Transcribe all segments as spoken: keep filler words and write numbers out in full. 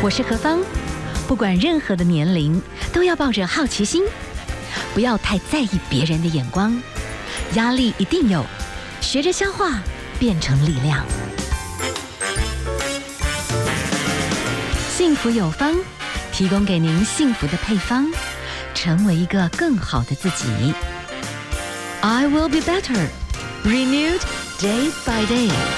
我是何芳，不管任何的年龄，都要抱着好奇心，不要太在意别人的眼光，压力一定有，学着消化，变成力量。幸福有方，提供给您幸福的配方，成为一个更好的自己。I will be better, renewed day by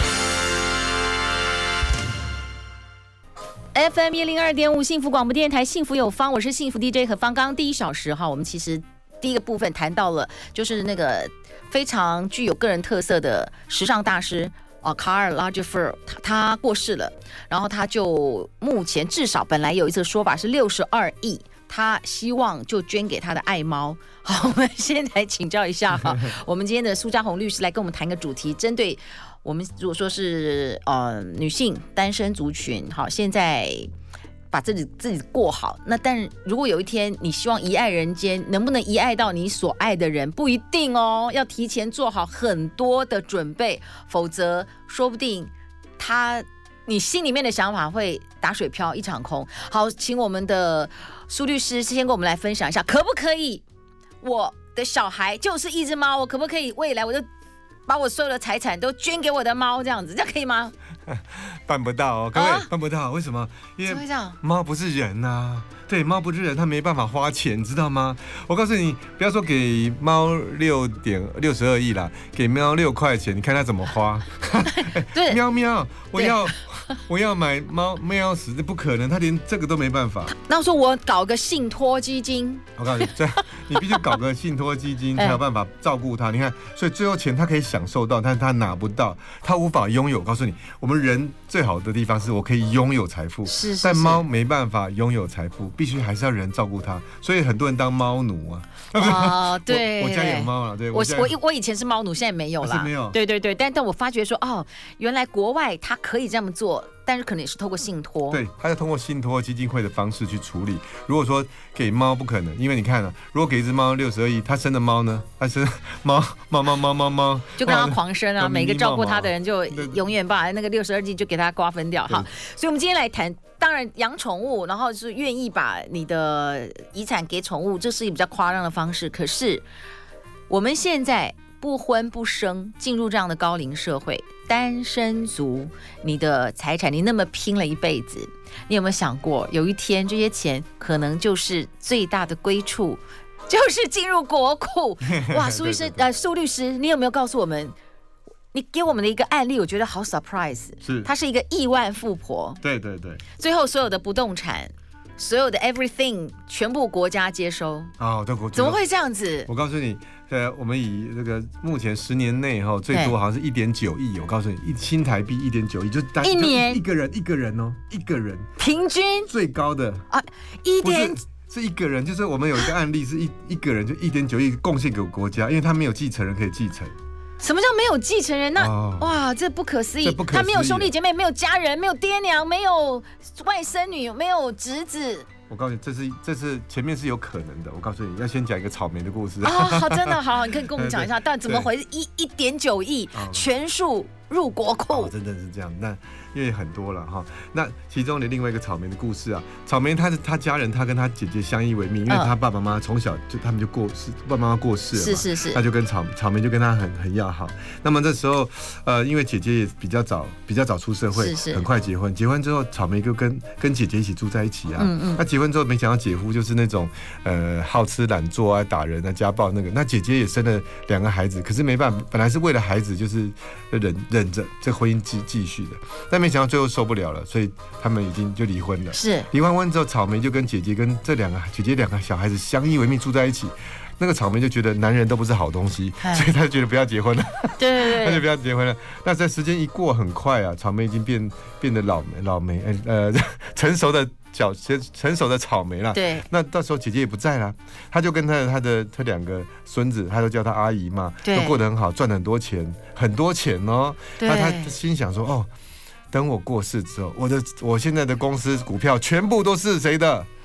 day。F M 一零二点五幸福广播电台，幸福有方，我是幸福 D J 何方。刚刚第一小时哈，我们其实第一个部分谈到了，就是那个非常具有个人特色的时尚大师哦，卡尔拉吉夫尔，他他过世了，然后他就目前至少本来有一次说法是六十二亿，他希望就捐给他的爱猫。好，我们先来请教一下哈，我们今天的苏嘉宏律师来跟我们谈个主题，针对。我们如果说是呃女性单身族群，好，现在把自己自己过好，那但如果有一天你希望遗爱人间，能不能遗爱到你所爱的人，不一定哦，要提前做好很多的准备，否则说不定他你心里面的想法会打水漂一场空。好，请我们的苏律师先跟我们来分享一下，可不可以我的小孩就是一只猫，我可不可以未来我就把我所有的财产都捐给我的猫，这样子，这样可以吗？ 办不到哦，各位、啊、办不到，为什么？因为猫不是人啊，对，猫不是人，它没办法花钱，知道吗？我告诉你，不要说给猫六点六十二亿啦，给猫六块钱，你看它怎么花？对，喵喵，我要我要买猫喵死，这不可能，它连这个都没办法。那我说我搞个信托基金， 我告诉你，这你必须搞个信托基金才有办法照顾它。你看，所以最后钱它可以享受到，但是它拿不到，它无法拥有。我告诉你，我们人最好的地方是我可以拥有财富， 是是是， 但猫没办法拥有财富，必须还是要人照顾它。所以很多人当猫奴啊。 哦，对， 我, 我家有猫了，对， 我我我以前是猫奴，现在没有啦， 没有， 对对对，但但我发觉说，哦，原来国外它可以这么做，但是可能也是透过信托， 对，它要通过信托基金会的方式去处理。如果说给猫不可能，因为你看啊，如果给一只猫六十二亿，它生的猫呢，它生猫猫猫猫猫猫， 就跟它狂生啊，每个照顾它的人就永远把那个六十二亿就给它瓜分掉。好，所以我们今天来谈。当然养宠物，然后是愿意把你的遗产给宠物，这是一个比较夸张的方式。可是我们现在不婚不生，进入这样的高龄社会，单身族，你的财产你那么拼了一辈子，你有没有想过，有一天这些钱可能就是最大的归处，就是进入国库？哇，苏医师，呃，苏律师，你有没有告诉我们？你给我们的一个案例，我觉得好 surprise， 是她是一个亿万富婆， 对对对， 最后所有的不动产，所有的 everything 全部国家接收， 哦，对， 怎么会这样子？ 我告诉你，呃，我们以这个目前十年内哈，最多好像是一点九亿，我告诉你，一新台币一点九亿，就一年一个人一个人哦，一个人平均最高的啊，一点。 是一个人，就是我们有一个案例是一一个人就一点九亿贡献给国家，因为他没有继承人可以继承。 什么叫没有继承人？那、哦、哇，这不可思议！ 不可思议， 他没有兄弟姐妹，没有家人，没有爹娘，没有外甥女，没有侄子。 我告诉你，这是这是前面是有可能的。我告诉你要先讲一个草莓的故事。 哦，好，真的好，你可以跟我们讲一下，到底怎么回事？一一点九亿全数入国库、 哦，真的是这样。那因为很多了哈。那其中的另外一个草莓的故事啊，草莓他是他家人，他跟他姐姐相依为命，因为他爸爸妈妈从小就他们就过世，爸爸妈妈过世了嘛， 是是是， 他就跟草草莓就跟他很很要好。那么这时候，呃，因为姐姐也比较早比较早出社会， 是是很快结婚。结婚之后，草莓就跟跟姐姐一起住在一起啊。嗯嗯。那结婚之后，没想到姐夫就是那种呃好吃懒做啊、打人啊、家暴那个。那姐姐也生了两个孩子，可是没办法，本来是为了孩子，就是忍忍着这婚姻继继续的，但没想到最后受不了了，所以他们已经就离婚了。 是离完婚之后，草莓就跟姐姐跟这两个姐姐两个小孩子相依为命住在一起。那个草莓就觉得男人都不是好东西，所以他就觉得不要结婚了。 对对对， 他就不要结婚了。那在时间一过很快啊，草莓已经变变得老老莓，呃，成熟的小成熟的草莓了。 对。 那到时候姐姐也不在了，他就跟他的他的他两个孙子，他都叫他阿姨嘛，都过得很好，赚了很多钱，很多钱哦。那他心想说，哦，等我过世之后，我的我现在的公司股票全部都是谁的？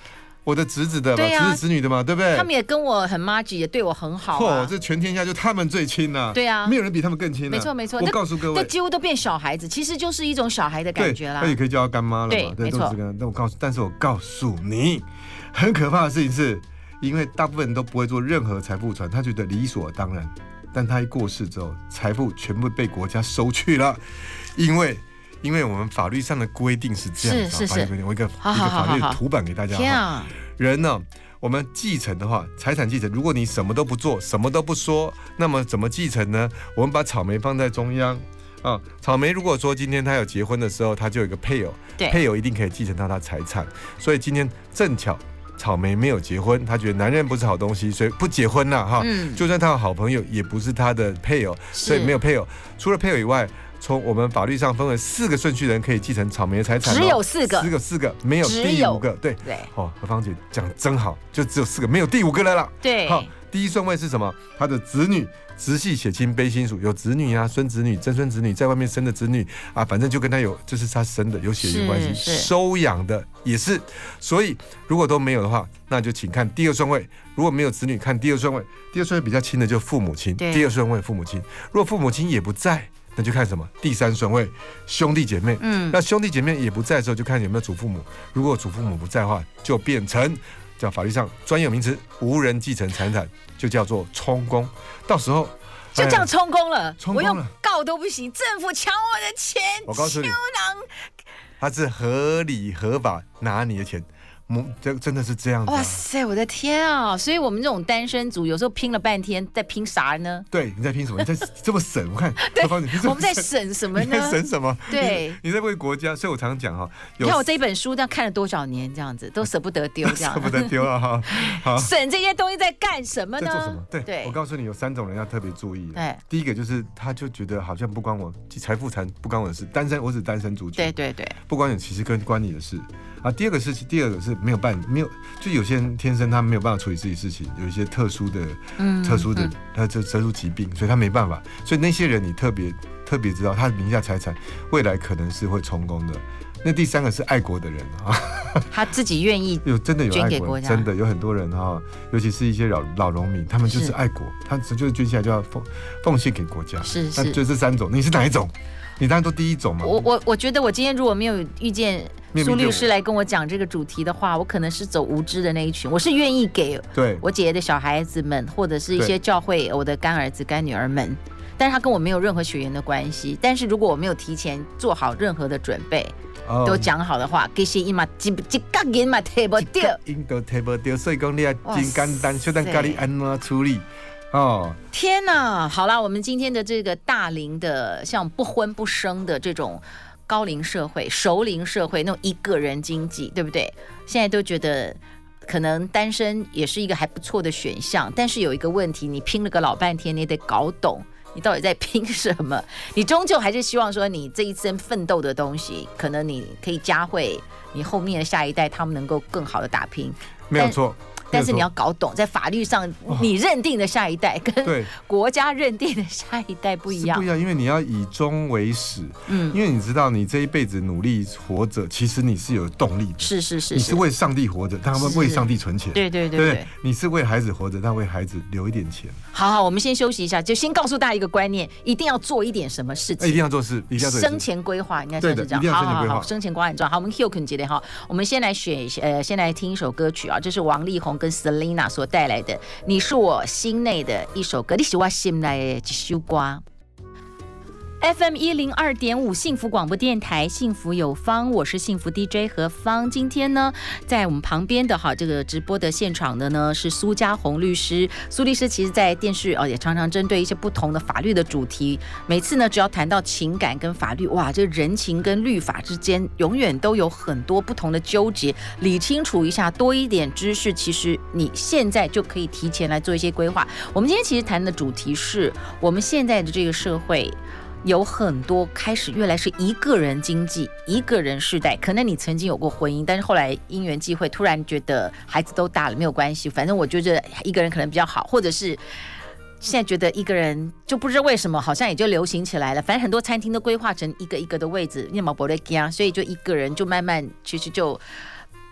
我的侄子的嘛，侄子侄女的嘛，对不对？ 他们也跟我很麻吉，也对我很好啊。 嚯，这全天下就他们最亲呐。 对啊， 没有人比他们更亲了。 没错没错， 我告诉各位， 那几乎都变小孩子，其实就是一种小孩的感觉啦。 那也可以叫他干妈了嘛。 对，没错。 那我告诉，但是我告诉你，很可怕的事情是，因为大部分人都不会做任何财富传，他觉得理所当然。但他一过世之后，财富全部被国家收去了，因为。因为我们法律上的规定是这样子， 是是是， 我一个一个法律的图版给大家。 天啊， 人呢，我们继承的话，财产继承，如果你什么都不做，什么都不说，那么怎么继承呢？我们把草莓放在中央啊，草莓如果说今天他有结婚的时候，他就有一个配偶，配偶一定可以继承到他财产。所以今天正巧草莓没有结婚，他觉得男人不是好东西，所以不结婚了哈。嗯、就算他有好朋友，也不是他的配偶，所以没有配偶。除了配偶以外。从我们法律上分为四个顺序的人可以继承草莓的财产， 只有四个， 四个四个，没有第五个。对对，哦，何芳姐讲真好，就只有四个，没有第五个了啦。 对， 好，第一顺位是什么？他的子女，直系血亲卑亲属，有子女啊、孙子女、曾孙子女，在外面生的子女啊，反正就跟他有，这是他生的，有血缘关系，收养的也是。所以如果都没有的话，那就请看第二顺位。如果没有子女，看第二顺位。第二顺位比较亲的就父母亲，第二顺位父母亲。如果父母亲也不在。那就看什么？第三顺位兄弟姐妹，嗯，那兄弟姐妹也不在的时候，就看有没有祖父母。如果祖父母不在的话，就变成叫法律上专有名词，无人继承财产，就叫做充公。到时候就这样充公了， 充公了， 我用告都不行，政府抢我的钱， 我告诉你，他是合理合法拿你的钱。这真的是这样子、啊、 哇塞，我的天啊！所以我们这种单身族有时候拼了半天，在拼啥呢？ 对，你在拼什么？你在这么省？我看， 对，我们在省什么呢？ 你在省什么？ 对， 你, 你在为国家。所以我常常讲哈， 你看我这一本书，这样看了多少年，这样子都舍不得丢，这样舍不得丢啊！哈，好， 省这些东西在干什么呢？ 在做什么？对， 对， 我告诉你，有三种人要特别注意。 对， 第一个就是他就觉得好像不关我财富财不关我的事，单身我只单身族群。 对对对， 不关你，其实跟关你的事。啊，第二个是第二个是没有办没有，就有些人天生他没有办法处理自己事情，有一些特殊的、嗯、特殊的，他就特殊疾病，所以他没办法。所以那些人你特别特别知道，他名下财产未来可能是会充公的。那第三个是爱国的人啊， 他自己愿意有真的有爱国人，真的有很多人哈，尤其是一些老老农民，他们就是爱国，他就是捐下来就要奉奉献给国家。 是是， 那就这三种，你是哪一种？你当然都第一种嘛。 我我我觉得我今天如果没有遇见苏律师来跟我讲这个主题的话，我可能是走无知的那一群。我是愿意给我姐姐的小孩子们，或者是一些教会我的干儿子干女儿们，但是他跟我没有任何血缘的关系。但是如果我没有提前做好任何的准备，哦、都讲好的话，其实伊嘛一一角银嘛摕不到， 银都摕不到，所以讲你要真简单，小等家里安怎处理。哦， 天哪！好啦，我们今天的这个大龄的，像不婚不生的这种高龄社会、熟龄社会，那种一个人经济，对不对？现在都觉得可能单身也是一个还不错的选项，但是有一个问题，你拼了个老半天，你得搞懂你到底在拼什么。你终究还是希望说，你这一生奋斗的东西，可能你可以嘉惠你后面的下一代，他们能够更好的打拼。 没有错。 但是你要搞懂，在法律上你认定的下一代跟国家认定的下一代不一样， 不一样，因为你要以终为始。嗯，因为你知道，你这一辈子努力活着，其实你是有动力的。是是是，你是为上帝活着，但为上帝存钱。 对对对 对, 对， 你是为孩子活着，但为孩子留一点钱。 好好，我们先休息一下，就先告诉大家一个观念：一定要做一点什么事情， 一定要做事，一定要做生前规划，应该算是这样。好好好，生前规划很重要。好，我们 Hilton 姐姐哈，我们先来选呃，先来听一首歌曲啊，这是王力宏跟 Selina 所带来的，你是我心内的一首歌，你是我心内的一首歌。F M 一零二点五幸福广播电台，幸福有方，我是幸福 D J 何方。今天呢，在我们旁边的哈这个直播的现场的呢是苏嘉宏律师。苏律师其实在电视哦也常常针对一些不同的法律的主题，每次呢只要谈到情感跟法律，哇，这人情跟律法之间永远都有很多不同的纠结，理清楚一下，多一点知识，其实你现在就可以提前来做一些规划。我们今天其实谈的主题是我们现在的这个社会。有很多开始越来是一个人经济，一个人世代，可能你曾经有过婚姻，但是后来因缘际会，突然觉得孩子都大了没有关系，反正我觉得一个人可能比较好，或者是现在觉得一个人就不知道为什么好像也就流行起来了，反正很多餐厅都规划成一个一个的位置，那么不累所以就一个人就慢慢其实就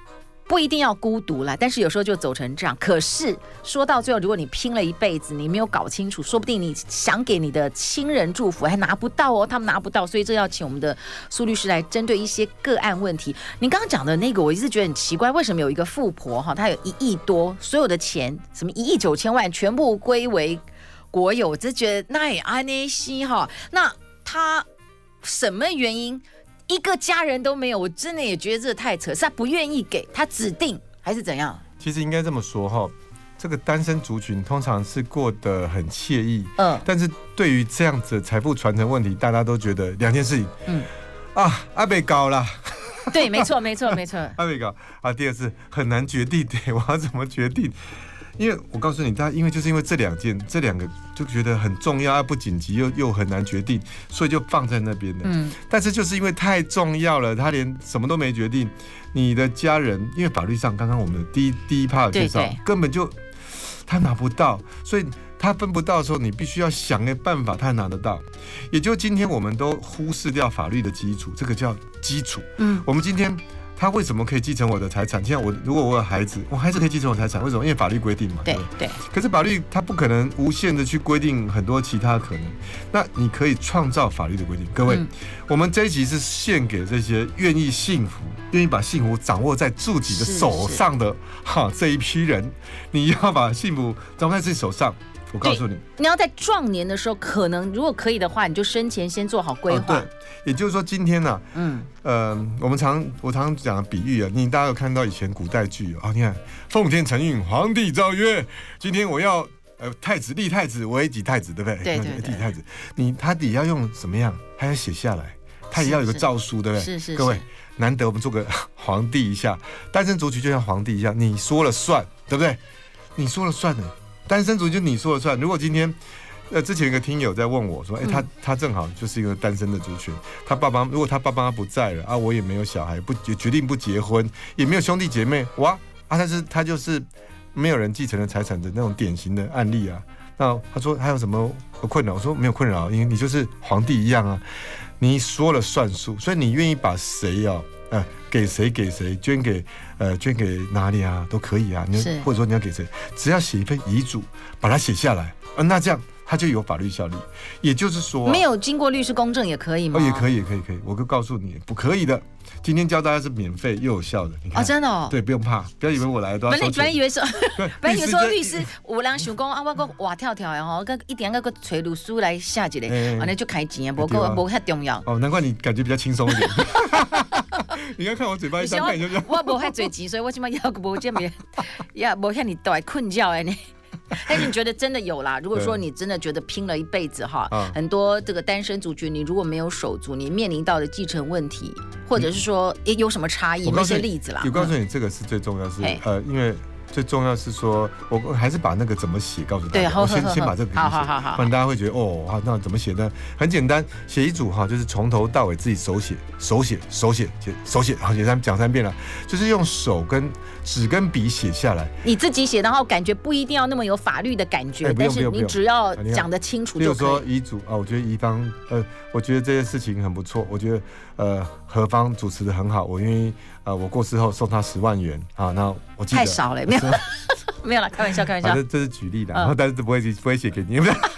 不一定要孤独啦，但是有时候就走成这样。可是说到最后，如果你拼了一辈子，你没有搞清楚，说不定你想给你的亲人祝福还拿不到哦，他们拿不到，所以这要请我们的苏律师来针对一些个案问题。你刚刚讲的那个，我一直觉得很奇怪，为什么有一个富婆哈，她有一亿多，所有的钱什么一亿九千万全部归为国有，我只觉得那也安内西哈，那她什么原因？一个家人都没有，我真的也觉得这太扯，是他不愿意给，他指定还是怎样？ 其实应该这么说哈，这个单身族群通常是过得很惬意，嗯，但是对于这样子的财富传承问题，大家都觉得两件事情，嗯，啊，阿被搞啦， 对，没错，没错，没错， 阿被搞啊，第二次很难决定，对，我要怎么决定？因为我告诉你，他因为就是因为这两件，这两个就觉得很重要，不紧急又又很难决定，所以就放在那边的。嗯，但是就是因为太重要了，他连什么都没决定。你的家人，因为法律上刚刚我们的第一第一 part 介绍，根本就他拿不到，所以他分不到的时候，你必须要想个办法，他拿得到。也就今天我们都忽视掉法律的基础，这个叫基础。嗯，我们今天。他为什么可以继承我的财产？现在我如果我有孩子，我孩子可以继承我的财产，为什么？因为法律规定嘛。 对对。 可是法律它不可能无限的去规定很多其他可能，那你可以创造法律的规定。各位，嗯、我们这一集是献给这些愿意幸福、愿意把幸福掌握在自己的手上的哈这一批人，你要把幸福掌握在自己手上。我告诉你， 你要在壮年的时候，可能如果可以的话，你就生前先做好规划。 哦、对，也就是说，今天呢、啊，嗯，呃，我们常我常常讲的比喻啊，你大家有看到以前古代剧啊、哦？你看奉天承运，皇帝诏曰，今天我要呃太子立太子为己太子，对不对？ 对对对， 己太子，你他也要用什么样？他要写下来，他也要有个诏书，对不对？ 是是， 各位，难得我们做个皇帝一下，单身族群就像皇帝一样，你说了算，对不对？你说了算的。单身族就你说了算。如果今天，呃，之前有一个听友在问我说，哎、欸，他他正好就是一个单身的族群，他爸爸如果他爸爸不在了啊，我也没有小孩，不决定不结婚，也没有兄弟姐妹，哇啊，但是他就是没有人继承了财产的那种典型的案例啊。那他说还有什么困扰？我说没有困扰，因为你就是皇帝一样啊，你说了算数，所以你愿意把谁啊？呃，给谁给谁，捐给呃捐给哪里啊，都可以啊。你或者说你要给谁，只要写一份遗嘱，把它写下来，呃，那这样它就有法律效力。也就是说、啊， 没有经过律师公证也可以吗？ 哦，也可以，也可以，可以。我就告诉你，不可以的。今天教大家是免费又有效的，你看， 哦，真的哦， 对，不用怕，不要以为我来了都要收钱。 本来以为说，本来以为说律师，有人想讲啊，我个哇跳跳的吼，个一定要个找律师来下一个，完了就开钱啊，无个无遐重要。 哦，难怪你感觉比较轻松一点。你刚看我嘴巴一张开，你就觉得我无遐侪钱，所以我起码要个无这么也无遐你大困扰的呢。但是你觉得真的有啦？如果说你真的觉得拼了一辈子哈，很多这个单身族群，你如果没有守住，你面临到的继承问题，或者是说也有什么差异，那些例子啦。 我告诉你，这个是最重要，是呃，因为。最重要是说，我还是把那个怎么写告诉大家。 对， 我先先把这个好好好好， 不然大家会觉得哦，那怎么写呢？很简单，写遗嘱哈，就是从头到尾自己手写、手写、手写、手写，好，写三讲三遍了，就是用手跟纸跟笔写下来。 你自己写，然后感觉不一定要那么有法律的感觉，但是你只要讲得清楚就可以。 比如说遗嘱啊，我觉得遗方呃，我觉得这些事情很不错，我觉得呃何方主持的很好，我愿意呃我过世后送他十万元啊，那我记得太少了，没有。没有啦，开玩笑，开玩笑。 这这是举例的，然后但是不会不会写给你，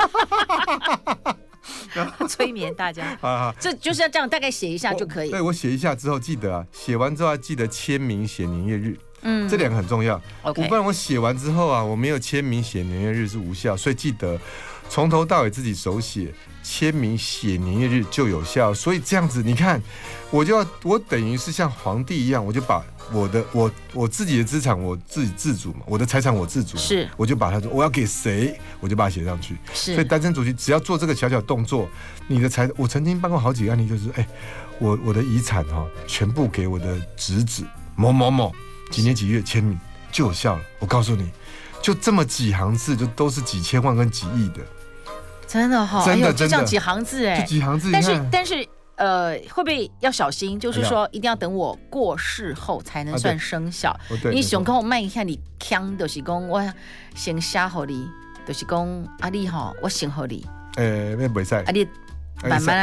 催眠大家。啊，这就是要这样，大概写一下就可以。 对，我写一下之后，记得啊，写完之后要记得签名、写年月日。嗯，这两个很重要。OK， 不然我写完之后啊，我没有签名、写年月日是无效，所以记得从头到尾自己手写。签名写年月日就有效，所以这样子你看，我就要我等于是像皇帝一样，我就把我的我我自己的资产我自己自主嘛，我的财产我自主， 是， 我就把它说我要给谁，我就把它写上去。 是， 所以单身族群只要做这个小小动作，你的财，我曾经办过好几个案例，就是哎，我我的遗产哈、哦，全部给我的侄子某某某，几年几月签名就有效了。我告诉你，就这么几行字，就都是几千万跟几亿的。 真的哈、哦， 真的、哎、 就这样几行字哎， 就几行字。 但是但是呃，会不会要小心？就是说，一定要等我过世后才能算生效。 啊、 你想跟我卖一下你腔，就是讲我先写给你，就是讲啊你哈，我先给你。 诶、欸，那袂使。 啊你慢慢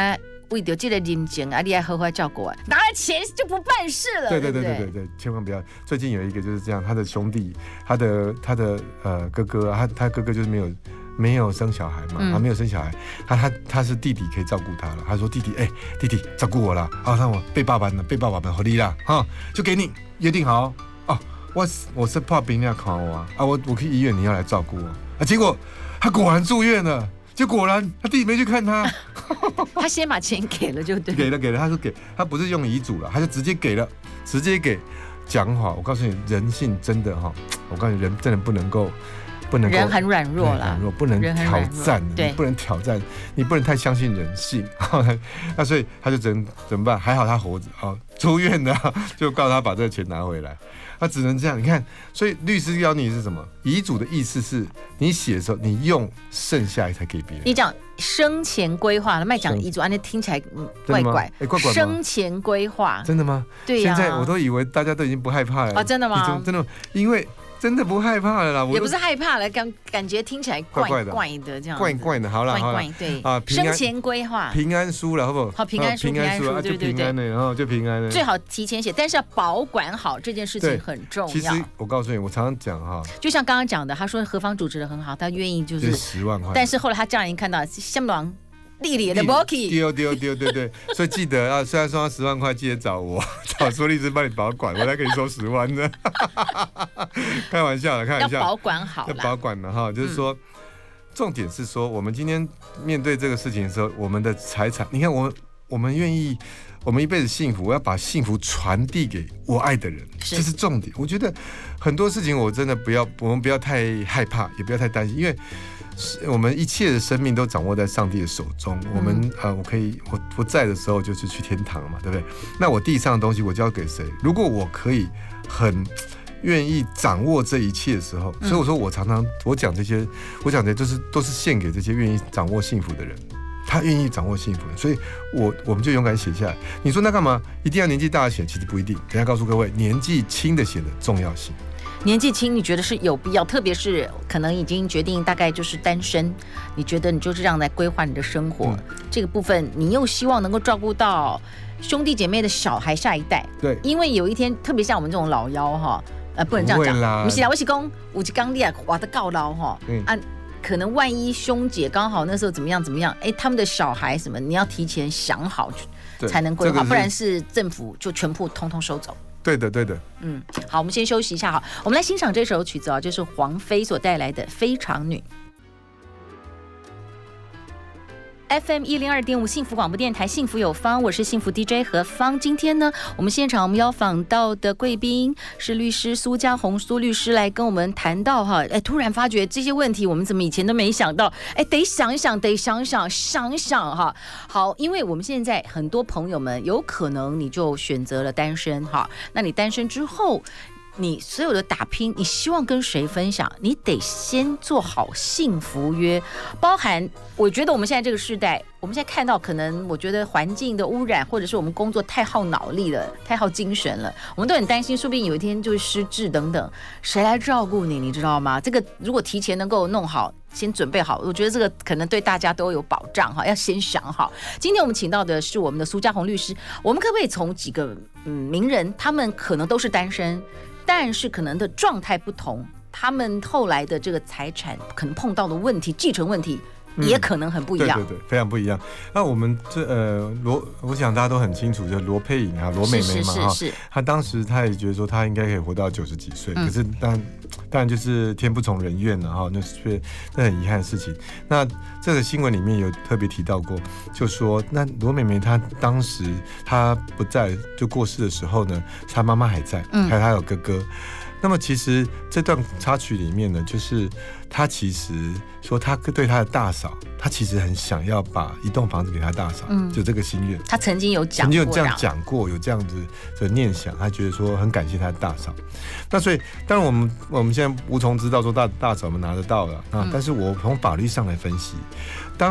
为了这个人情啊，你还好好照顾啊，拿了钱就不办事了。 对对对对对对，千万不要。最近有一个就是这样，他的兄弟，他的他的呃哥哥，他他哥哥就是没有没有生小孩嘛，嗯、他没有生小孩，他他他是弟弟可以照顾他了。他说弟弟，哎、欸，弟弟照顾我啦，啊，让我被爸爸呢，被爸爸们合力啦，哈，就给你约定好哦。我我是怕别人要看我啊，啊，我我去医院，你要来照顾我啊。结果他果然住院了。就果然，他弟弟没去看他， 他先把钱给了就对了， 给了给了，他说给，他不是用遗嘱了，他就直接给了，直接给。讲好，我告诉你，人性真的哈，我告诉你，人真的不能够，不能够， 人很软弱啦， 软弱不能挑战，你不能挑战，你不能太相信人性，那所以他就只能怎么办？还好他活着啊，出院了，就告诉他把这个钱拿回来。他只能这样，你看，所以律师要你是什么？遗嘱的意思是你写的时候，你用剩下才给别人。 你讲生前规划了，卖讲遗嘱，按、啊、那听起来、嗯、怪怪。 哎，怪怪。 生前规划， 真的吗？ 对呀、啊。 现在我都以为大家都已经不害怕了。 啊，真的吗？ 真的，因为。真的不害怕了啦， 也不是害怕了，感感觉听起来怪怪的，怪的这样， 怪怪的。好了，好了， 对啊，生前规划， 平安书了，好不好？ 好，平安书，平安书， 就平安的，然后就平安的。 最好提前写，但是要保管好这件事情很重要。 其实我告诉你，我常常讲哈， 就像刚刚讲的，他说何方主持的很好，他愿意就是十万块， 但是后来他家人看到香港。丽丽的 Boki， 丢丢丢对对，所以记得啊，虽然说十万块，记得找我，找苏律师帮你保管，我才可以收十万的。开玩笑的，开玩笑， 要保管好， 要保管的哈，就是说，嗯、重点是说，我们今天面对这个事情的时候，我们的财产，你看我们我们愿意，我们一辈子幸福，我要把幸福传递给我爱的人，这是重点。我觉得很多事情我真的不要，我们不要太害怕，也不要太担心，因为。我们一切的生命都掌握在上帝的手中。嗯、我们呃，我可以我不在的时候就是去天堂嘛，对不对？那我地上的东西我交给谁？如果我可以很愿意掌握这一切的时候，嗯、所以我说我常常我讲这些，我讲的就是都是献给这些愿意掌握幸福的人。他愿意掌握幸福的，所以我我们就勇敢写下来。你说那干嘛？一定要年纪大的写？其实不一定。等一下告诉各位，年纪轻的写的重要性。 年纪轻，你觉得是有必要？特别是可能已经决定大概就是单身，你觉得你就这样来规划你的生活，嗯、这个部分你又希望能够照顾到兄弟姐妹的小孩下一代。 对， 因为有一天，特别像我们这种老幺哈，呃，不能这样讲。不是啦，我是讲有一天你啊活得够老哈，嗯、啊，可能万一兄姐刚好那时候怎么样怎么样，哎，他们的小孩什么，你要提前想好才能规划，这个、不然是政府就全部通通收走。 对的，对的。 嗯，好，我们先休息一下，好，我们来欣赏这首曲子啊，就是黄妃所带来的《非常女》。F M 一零二点五幸福广播电台，幸福有方，我是幸福 D J 何芳。今天呢，我们现场我们邀访到的贵宾是律师苏家宏苏律师，来跟我们谈到哈，哎，突然发觉这些问题我们怎么以前都没想到，哎，得想一想，得想想，想想哈。好，因为我们现在很多朋友们有可能你就选择了单身哈，那你单身之后。你所有的打拼，你希望跟谁分享？你得先做好幸福约，包含我觉得我们现在这个时代，我们现在看到可能我觉得环境的污染，或者是我们工作太耗脑力了，太耗精神了，我们都很担心，说不定有一天就会失智等等，谁来照顾你？你知道吗？这个如果提前能够弄好。先准备好，我觉得这个可能对大家都有保障哈，要先想好。今天我们请到的是我们的苏家宏律师，我们可不可以从几个嗯名人，他们可能都是单身，但是可能的状态不同，他们后来的这个财产可能碰到的问题，继承问题。也可能很不一样， 嗯、对对对，非常不一样。那我们这呃罗，我想大家都很清楚，就是罗佩颖啊，罗美美嘛哈，她当时她也觉得说她应该可以活到九十几岁，嗯、可是当然当然就是天不从人愿了哈，那是那很遗憾的事情。那这个新闻里面有特别提到过，就说那罗美美她当时她不在就过世的时候呢，她妈妈还在，嗯、还有她有哥哥。那么其实这段插曲里面呢，就是他其实说他对他的大嫂，他其实很想要把一栋房子给他大嫂，嗯、就这个心愿。 他曾经有讲过， 曾经有这样讲过，有这样子的念想，他觉得说很感谢他的大嫂。那所以当然我们我们现在无从知道说大大嫂们拿得到了啊，嗯、但是我从法律上来分析，当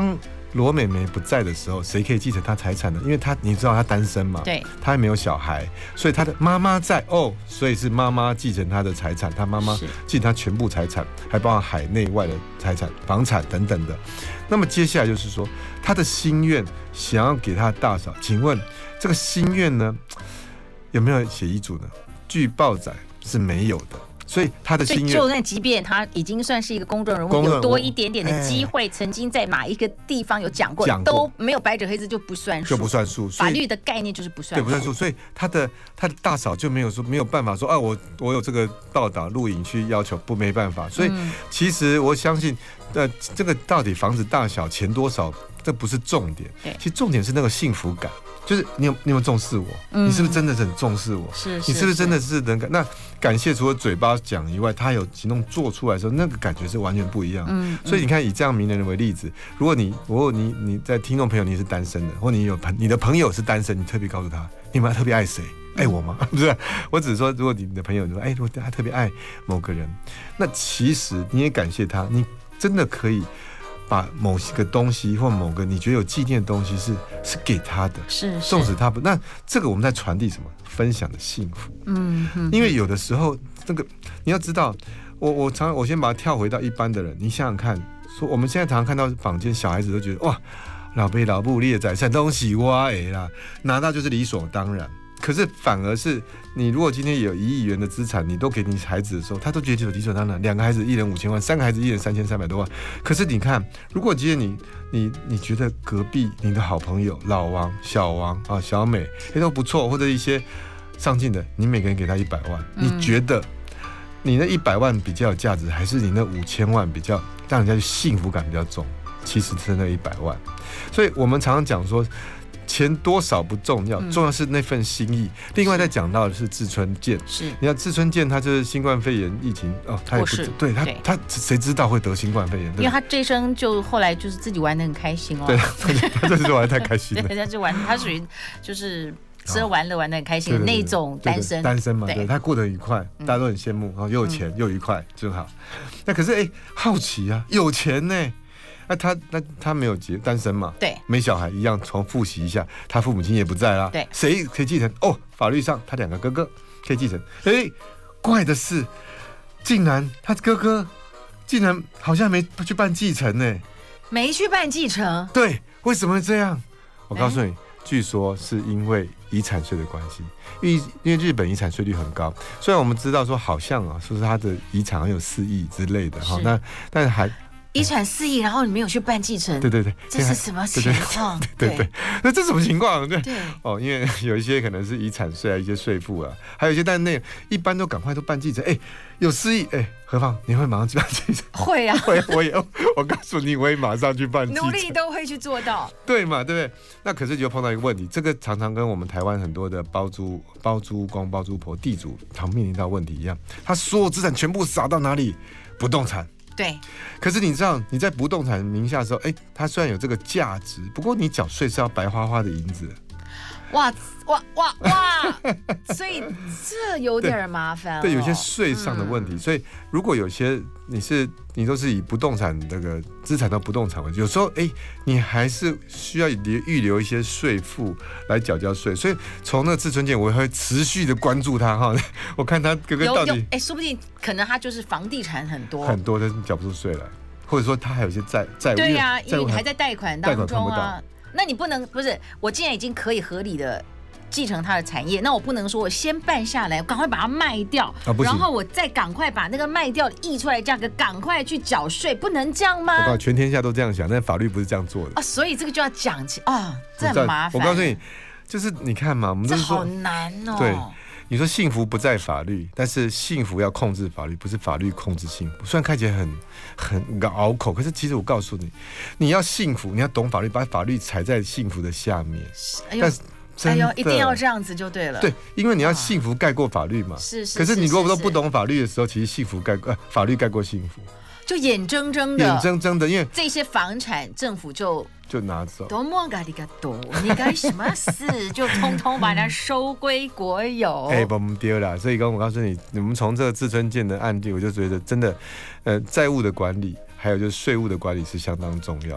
罗美美不在的时候，谁可以继承她财产呢？因为她你知道她单身嘛， 对， 她还没有小孩，所以她的妈妈在哦，所以是妈妈继承她的财产，她妈妈继承她全部财产，还包含海内外的财产、房产等等的。那么接下来就是说，她的心愿想要给她的大嫂，请问这个心愿呢，有没有写遗嘱呢？据报载是没有的。所以他的心愿， 就算即便他已经算是一个公众人物，有多一点点的机会，曾经在哪一个地方有讲过，讲过都没有白纸黑字就不算数， 就不算数。 法律的概念就是不算数， 对，不算数。所以他的他的大嫂就没有说没有办法说啊，我我有这个报道录影去要求，不没办法。所以其实我相信，呃，这个到底房子大小钱多少，这不是重点，其实重点是那个幸福感。就是你有你有没有重视我？嗯、你是不是真的很重视我？ 是， 你是不是真的是能感？那感谢除了嘴巴讲以外，他有行动做出来的时候，那个感觉是完全不一样。嗯，所以你看，以这样名人为例子，如果你如果你你在听众朋友你是单身的，或你有朋你的朋友是单身，你特别告诉他，你们特别爱谁？爱我吗？不是，我只是说，如果你的朋友你说，哎，如果他特别爱某个人，那其实你也感谢他，你真的可以。把某个东西或某个你觉得有纪念的东西是是给他的， 是纵使他不，那这个我们在传递什么？分享的幸福。嗯，因为有的时候这个你要知道，我我常我先把它跳回到一般的人，你想想看，说我们现在常常看到坊间小孩子都觉得哇，老爸老母你的财产都是我的啦，拿到就是理所当然。可是反而是你如果今天有一亿元的资产，你都给你孩子的时候，他都觉得理所当然。两个孩子一人五千万，三个孩子一人三千三百多万。可是你看，如果今天你你你觉得隔壁你的好朋友老王、小王啊、小美也都不错，或者一些上进的，你每个人给他一百万，嗯、你觉得你那一百万比较有价值，还是你那五千万比较让人家幸福感比较重？其实是那一百万。所以我们常常讲说。钱多少不重要，重要是那份心意。另外再讲到的是志村健，是你看志村健，他就是新冠肺炎疫情哦，他也不对他他谁知道会得新冠肺炎？ 因为他这一生就后来就是自己玩得很开心哦， 对，他就是玩得太开心了， 对，他就玩，他属于就是吃喝玩乐玩得很开心的那种单身， 单身嘛，对，他过得很愉快，大家都很羡慕，然后又有钱又愉快，真好。那可是哎，好奇啊，有钱呢。那他那他没有结单身嘛？ 对， 没小孩一样，重复习一下，他父母亲也不在啦。 对， 谁可以继承？哦，法律上他两个哥哥可以继承。哎，怪的是，竟然他哥哥竟然好像没去办继承呢， 没去办继承。 对，为什么会这样？我告诉你，据说是因为遗产税的关系，因为因为日本遗产税率很高，虽然我们知道说好像啊，说是他的遗产好像有四亿之类的哈，那但是还。 遗产四亿，然后你没有去办继承， 对对对， 这是什么情况？ 对 对, 对, 对, 对，那这什么情况？对对哦，因为有一些可能是遗产税啊，一些税负啊，还有一些，但是那一般都赶快都办继承。哎，有四亿，哎，何况你会马上去办继承？ 会啊， 会，我也，我告诉你，我也马上去办继承， 努力都会去做到。 对嘛，对不对？那可是就碰到一个问题，这个常常跟我们台湾很多的包租包租公、包租婆、地主常面临到问题一样，他所有资产全部撒到哪里？不动产。 对， 可是你知道你在不动产名下的时候，哎，它虽然有这个价值，不过你缴税是要白花花的银子。 哇哇哇哇！所以这有点麻烦、哦。 对，有些税上的问题。嗯、所以如果有些你是你都是以不动产这个资产到不动产为主，有时候哎，你还是需要预留一些税负来缴交税。所以从那个志村健，我会持续的关注他哈。我看他哥哥到底哎，说不定可能他就是房地产很多很多，但是缴不出税来，或者说他还有一些债债务。 对呀、啊，因为你还在贷款当中啊。那你不能不是我既然已经可以合理的继承他的产业，那我不能说我先办下来，赶快把它卖掉、啊，然后我再赶快把那个卖掉溢出来的价格赶快去缴税，不能这样吗？ 我告诉你，全天下都这样想，但法律不是这样做的啊，所以这个就要讲起啊，这很麻烦。 我告诉你，就是你看嘛，我们都说这好难哦。 对。你说幸福不在法律，但是幸福要控制法律，不是法律控制幸福。虽然看起来很很拗口，可是其实我告诉你，你要幸福，你要懂法律，把法律踩在幸福的下面。 哎呦，哎呦，一定要这样子就对了。 对，因为你要幸福盖过法律嘛。 是是。 可是你如果都不懂法律的时候，其实幸福盖过、呃、法律盖过幸福。 就眼睁睁的， 眼睁睁的，因为这些房产政府就就拿走， 多么嘎里嘎多，你干什么事就通通把它收归国有。 哎，不丢了。所以刚我告诉你，我们从这个志村健的案例，我就觉得真的，呃，债务的管理，还有就是税务的管理是相当重要的。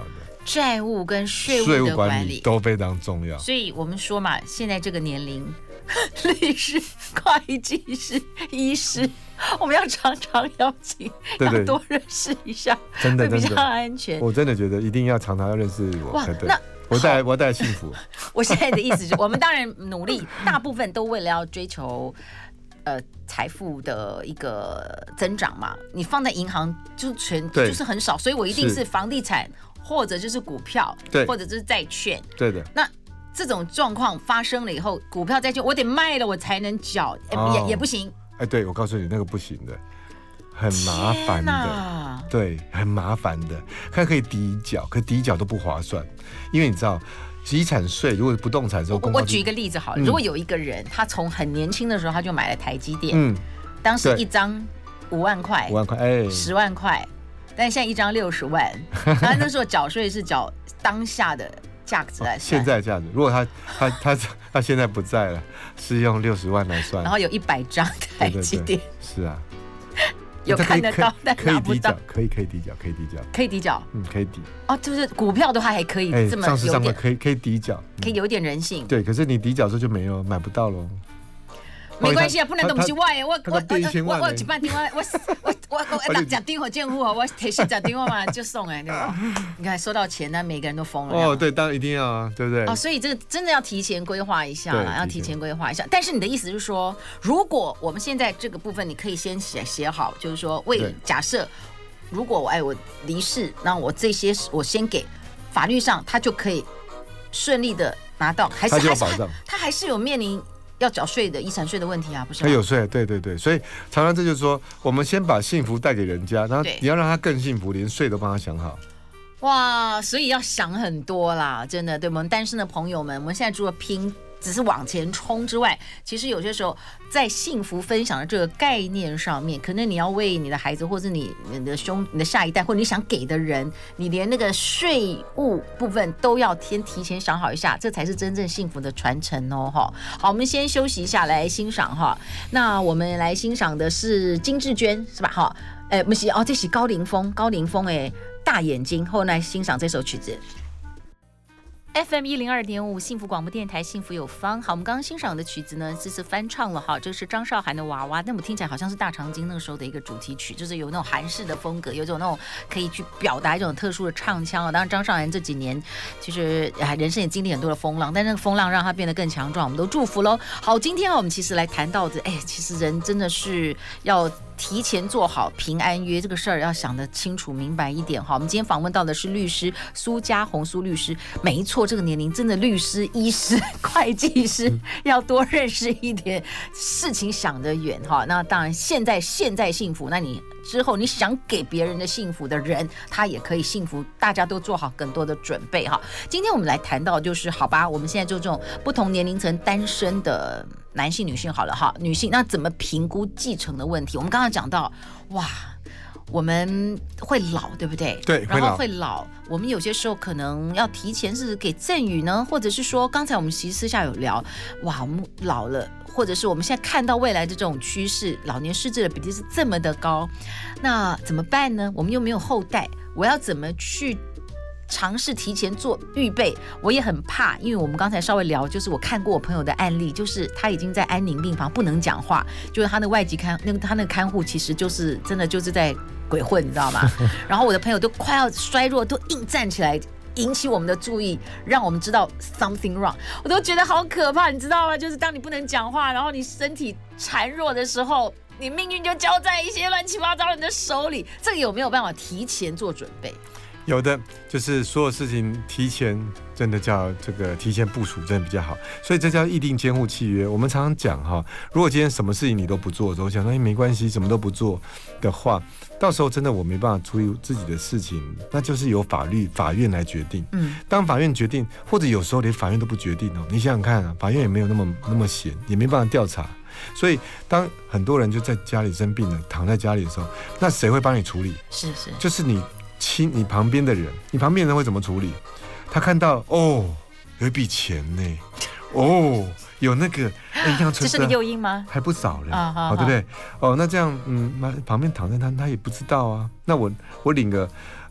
债务跟税务的管理都非常重要。 所以我们说嘛，现在这个年龄，律师、会计师、医师，我们要常常邀请，对对，要多认识一下， 真的会比较安全。 我真的觉得一定要常常要认识我。哇，那我带来我带来幸福。 我现在的意思是我们当然努力，大部分都为了要追求呃财富的一个增长嘛。你放在银行就全就是很少，所以我一定是房地产或者就是股票，对，或者就是债券。 对的。 那这种状况发生了以后，股票债券我得卖了我才能缴，哦、也也不行。 哎，对，我告诉你那个不行的。很麻烦的，对，很麻烦的。它可以抵缴，可抵缴都不划算，因为你知道，遗产税如果不动产的时候， 我, 我举一个例子好了，嗯、如果有一个人他从很年轻的时候他就买了台积电，嗯，当时一张五万块， 五万块，哎， 十万块，但现在一张六十万，他那时候缴税是缴当下的价值来算， 现在的价值。如果他他他他现在不在了，是用六十万来算， 然后有一百张台积电， 对对对是啊。 有看得到，但拿不到。 可以可以抵缴，可以抵缴， 可以抵缴。 嗯，可以抵。 哦，就是股票的话还可以这么上市上面可以可以抵缴， 可以有点人性。 对，可是你抵缴之后就没有买不到喽。 没关系啊，不能东西我我我我我我一半电话，我我我我打电话建户啊，我提前打电话嘛就送哎，对吧？你看收到钱，那每个人都疯了。 哦，对，当然一定要啊，对不对？ 哦，所以这个真的要提前规划一下啦，要提前规划一下。但是你的意思是说，如果我们现在这个部分，你可以先写写好，就是说为假设，如果我哎我离世，那我这些我先给，法律上他就可以顺利的拿到，还是还是他还是有面临。要缴税的遗产税的问题啊，不是吗？ 他有税，对对对，所以常常这就是说，我们先把幸福带给人家，然后你要让他更幸福，连税都帮他想好。 哇，所以要想很多啦，真的，对我们单身的朋友们，我们现在除了拼。只是往前冲之外，其实有些时候在幸福分享的这个概念上面，可能你要为你的孩子，或者你你的兄、你的下一代，或者你想给的人，你连那个税务部分都要先提前想好一下，这才是真正幸福的传承哦。哈，好，我们先休息一下，来欣赏哈。那我们来欣赏的是金志娟，是吧？哈，哎，不是哦，这是高凌风，高凌风哎，大眼睛，后来欣赏这首曲子。F M 一零二点五幸福广播电台，幸福有方。好，我们刚刚欣赏的曲子呢，这次翻唱了哈，这是张韶涵的《娃娃》，那么听起来好像是大长今那个时候的一个主题曲，就是有那种韩式的风格，有一种那种可以去表达一种特殊的唱腔啊。当然，张韶涵这几年其实人生也经历很多的风浪，但那个风浪让她变得更强壮，我们都祝福喽。好，今天啊，我们其实来谈到的，哎，其实人真的是要提前做好平安约这个事儿，要想得清楚明白一点哈。我们今天访问到的是律师苏嘉宏苏律师，没错，这个年龄真的律师、医师、会计师要多认识一点，事情想得远哈。那当然，现在现在幸福，那你之后你想给别人的幸福的人，他也可以幸福。大家都做好更多的准备哈。今天我们来谈到就是，好吧，我们现在就这种不同年龄层单身的男性、女性好了哈，女性那怎么评估继承的问题？我们刚刚讲到，哇，我们会老，对不对？ 对， 然后会老，我们有些时候可能要提前是给赠与呢，或者是说，刚才我们其实私下有聊，哇，我们老了。或者是我们现在看到未来的这种趋势，老年失智的比例是这么的高，那怎么办呢？我们又没有后代，我要怎么去尝试提前做预备？我也很怕，因为我们刚才稍微聊，就是我看过我朋友的案例，就是他已经在安宁病房不能讲话，就是他的外籍看那个他那个看护其实就是真的就是在鬼混，你知道吗？然后我的朋友都快要衰弱，都硬站起来。引起我们的注意，让我们知道 something wrong， 我都觉得好可怕，你知道吗？就是当你不能讲话，然后你身体孱弱的时候，你命运就交在一些乱七八糟人的手里。这个有没有办法提前做准备？ 有的，就是所有事情提前，真的叫这个提前部署，真的比较好。所以这叫议定监护契约。我们常常讲哈，如果今天什么事情你都不做的时候，想说哎没关系，什么都不做的话，到时候真的我没办法处理自己的事情，那就是由法律法院来决定。嗯，当法院决定，或者有时候连法院都不决定哦，你想想看啊，法院也没有那么那么闲，也没办法调查。所以当很多人就在家里生病了，躺在家里的时候，那谁会帮你处理？ 是是， 就是你。亲，你旁边的人，你旁边的人会怎么处理？他看到哦，有一笔钱呢，哦，有那个一样， 这是个诱因吗？ 还不少了，啊、哦，对不对？哦，那这样，嗯，旁边躺在他，他也不知道啊。那我我领个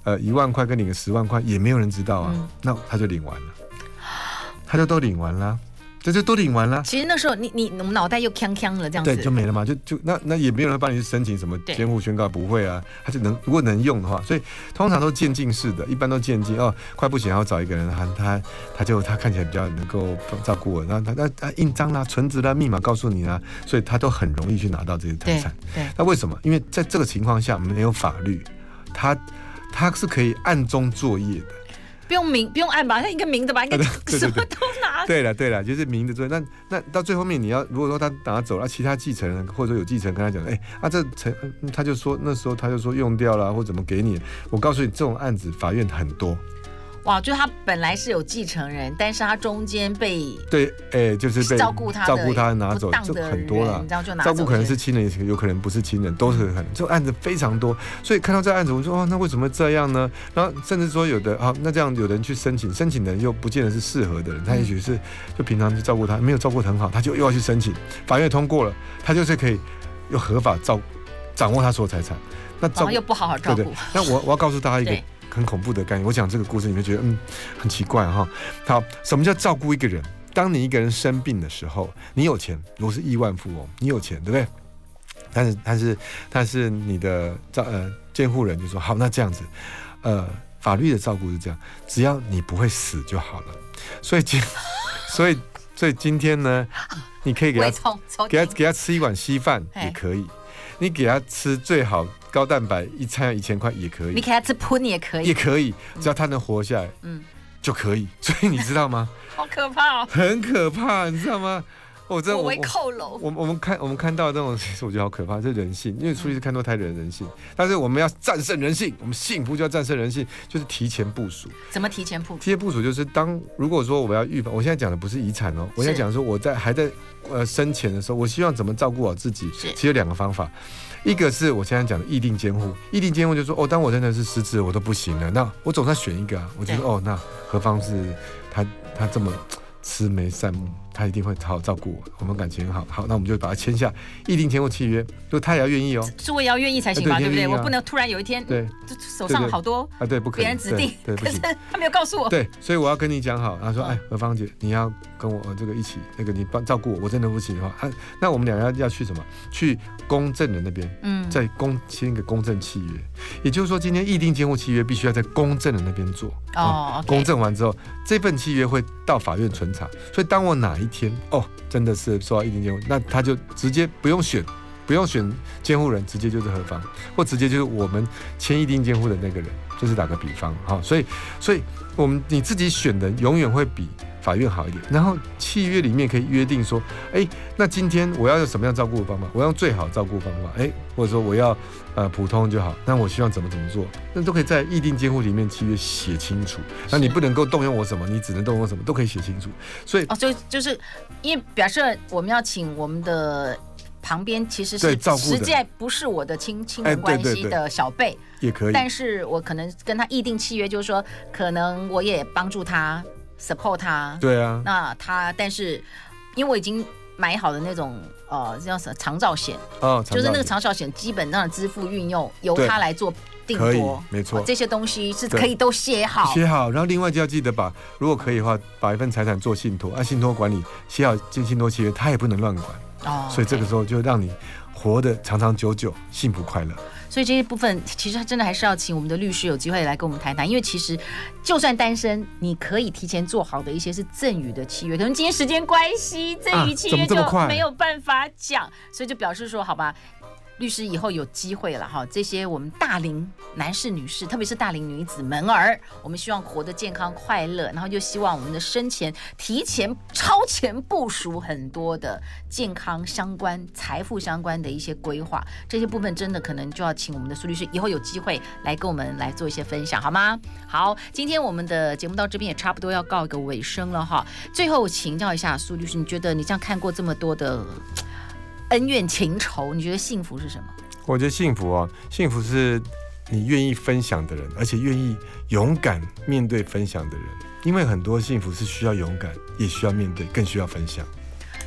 呃一万块跟领个十万块，也没有人知道啊，嗯、那他就领完了，他就都领完了。这就都领完了。 其实那时候你你我们脑袋又锵锵了，这样子对就没了嘛，就就那那也没有人帮你去申请什么监护宣告，不会啊，他就能如果能用的话，所以通常都渐进式的，一般都渐进哦，快不行要找一个人，他他他就他看起来比较能够照顾我，然后他他他印章啦、存折啦、密码告诉你啦，所以他都很容易去拿到这些财产。 对， 那为什么？因为在这个情况下，没有法律，他他是可以暗中作业的。 不用明不用按吧，他应该明的吧，应该什么都拿。 对了对了，就是明的作业。那那到最后面，你要如果说他拿走了，其他继承人或者说有继承跟他讲，哎啊这成，他就说那时候他就说用掉了，或怎么给你。我告诉你，这种案子法院很多。 哇，就他本来是有继承人，但是他中间被对，哎、欸，就是被照顾他照顾他拿走，就很多了。照顾可能是亲人，也有可能不是亲人，都是可能。这种案子非常多，所以看到这案子，我说哦，那为什么这样呢？然后甚至说有的，好，那这样有人去申请，申请的人又不见得是适合的人，他也许是就平常就照顾他，没有照顾得很好，他就又要去申请，法院通过了，他就是可以又合法照掌握他所有财产。那照又不好好照顾。 对对，那我我要告诉大家一个很恐怖的概念。我讲这个故事，你会觉得嗯很奇怪哈。好，什么叫照顾一个人？当你一个人生病的时候，你有钱，如果是亿万富翁，你有钱，对不对？但是但是但是你的照呃监护人就说好，那这样子，呃，法律的照顾是这样，只要你不会死就好了。所以今所以所以今天呢，你可以给他给他给他吃一碗稀饭也可以，你给他吃最好高蛋白一餐要一千块也可以， 你给他吃喷也可以， 也可以，只要他能活下来，嗯，就可以。所以你知道吗？ 好可怕哦， 很可怕，你知道吗？我真的我为扣楼。 我我们看我们看到这种，其实我觉得好可怕，这是人性。因为出去是看多太人人性，但是我们要战胜人性，我们幸福就要战胜人性，就是提前部署。 怎么提前部署？ 提前部署就是当如果说我要预防，我现在讲的不是遗产哦，我现在讲说我在还在呃生前的时候，我希望怎么照顾好自己。其实有两个方法。一个是我现在讲的议定监护，议定监护就是说，哦，当我真的是失智我都不行了，那我总算选一个啊，我觉得哦，那何方是他他这么慈眉善目，他一定会好好照顾我，我们感情很好，好，那我们就把他签下议定监护契约，就他也要愿意哦， 是我也要愿意才行吧，对不对？我不能突然有一天，对，手上好多啊，对，不可能别人指定，对，可是他没有告诉我， 对，所以我要跟你讲好，然后说，哎，何芳姐，你要跟我这个一起，那个你帮照顾我，我真的不行的话，啊，那我们俩要要去什么？去公证人那边，嗯，再公签一个公证契约，也就是说，今天议定监护契约必须要在公证人那边做，哦，公证完之后，这份契约会到法院存查，所以当我哪一天哦，真的是受到议定监护，那他就直接不用选，不用选监护人，直接就是何方，或直接就是我们签议定监护的那个人，就是打个比方，哈，所以，所以我们你自己选的永远会比法院好一点。然后契约里面可以约定说，哎，那今天我要用什么样照顾的方法？我要用最好照顾方法，哎，或者说我要呃普通就好，那我希望怎么怎么做，那都可以在议定监护里面契约写清楚。那你不能够动用我什么，你只能动用我什么，都可以写清楚。所以哦，就就是因为表示我们要请我们的旁边其实是实际不是我的亲亲人关系的小辈也可以， 但是我可能跟他议定契约，就是说可能我也帮助他 support 他， 对啊， 那他但是因为我已经买好的那种呃叫什么长照险，哦，就是那个长照险基本上的支付运用由他来做定夺， 没错， 这些东西是可以都写好， 写好，然后另外就要记得把，如果可以的话，把一份财产做信托，按信托管理，写好进信托契约，他也不能乱管。哦，所以这个时候就让你活得长长久久，幸福快乐。 所以这些部分其实真的还是要请我们的律师有机会来跟我们谈谈，因为其实就算单身，你可以提前做好的一些是赠与的契约，可能今天时间关系，赠与契约就没有办法讲，所以就表示说，好吧。律师以后有机会了哈，这些我们大龄男士、女士，特别是大龄女子们儿，我们希望活得健康快乐，然后又希望我们的生前提前超前部署很多的健康相关、财富相关的一些规划，这些部分真的可能就要请我们的苏律师以后有机会来跟我们来做一些分享，好吗？好，今天我们的节目到这边也差不多要告一个尾声了哈。最后请教一下苏律师，你觉得你这样看过这么多的恩怨情仇，你觉得幸福是什么？ 我觉得幸福哦，幸福是你愿意分享的人，而且愿意勇敢面对分享的人。因为很多幸福是需要勇敢，也需要面对，更需要分享。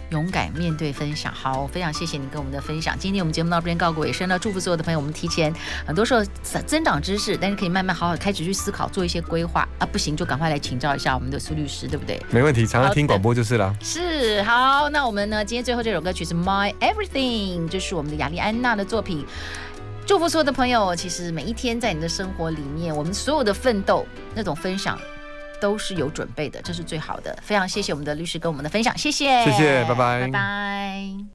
勇敢面对分享。好，非常谢谢你跟我们的分享。今天我们节目到这边告个尾声了，祝福所有的朋友，我们提前很多时候增长知识，但是可以慢慢好好开始去思考，做一些规划啊。不行就赶快来请教一下我们的苏律师，对不对？ 没问题，常常听广播就是了。 是，好，那我们呢？今天最后这首歌曲是 My Everything， 这是我们的雅丽安娜的作品。祝福所有的朋友，其实每一天在你的生活里面，我们所有的奋斗那种分享都是有准备的，这是最好的。非常谢谢我们的律师跟我们的分享，谢谢， 谢谢，拜拜， 拜拜。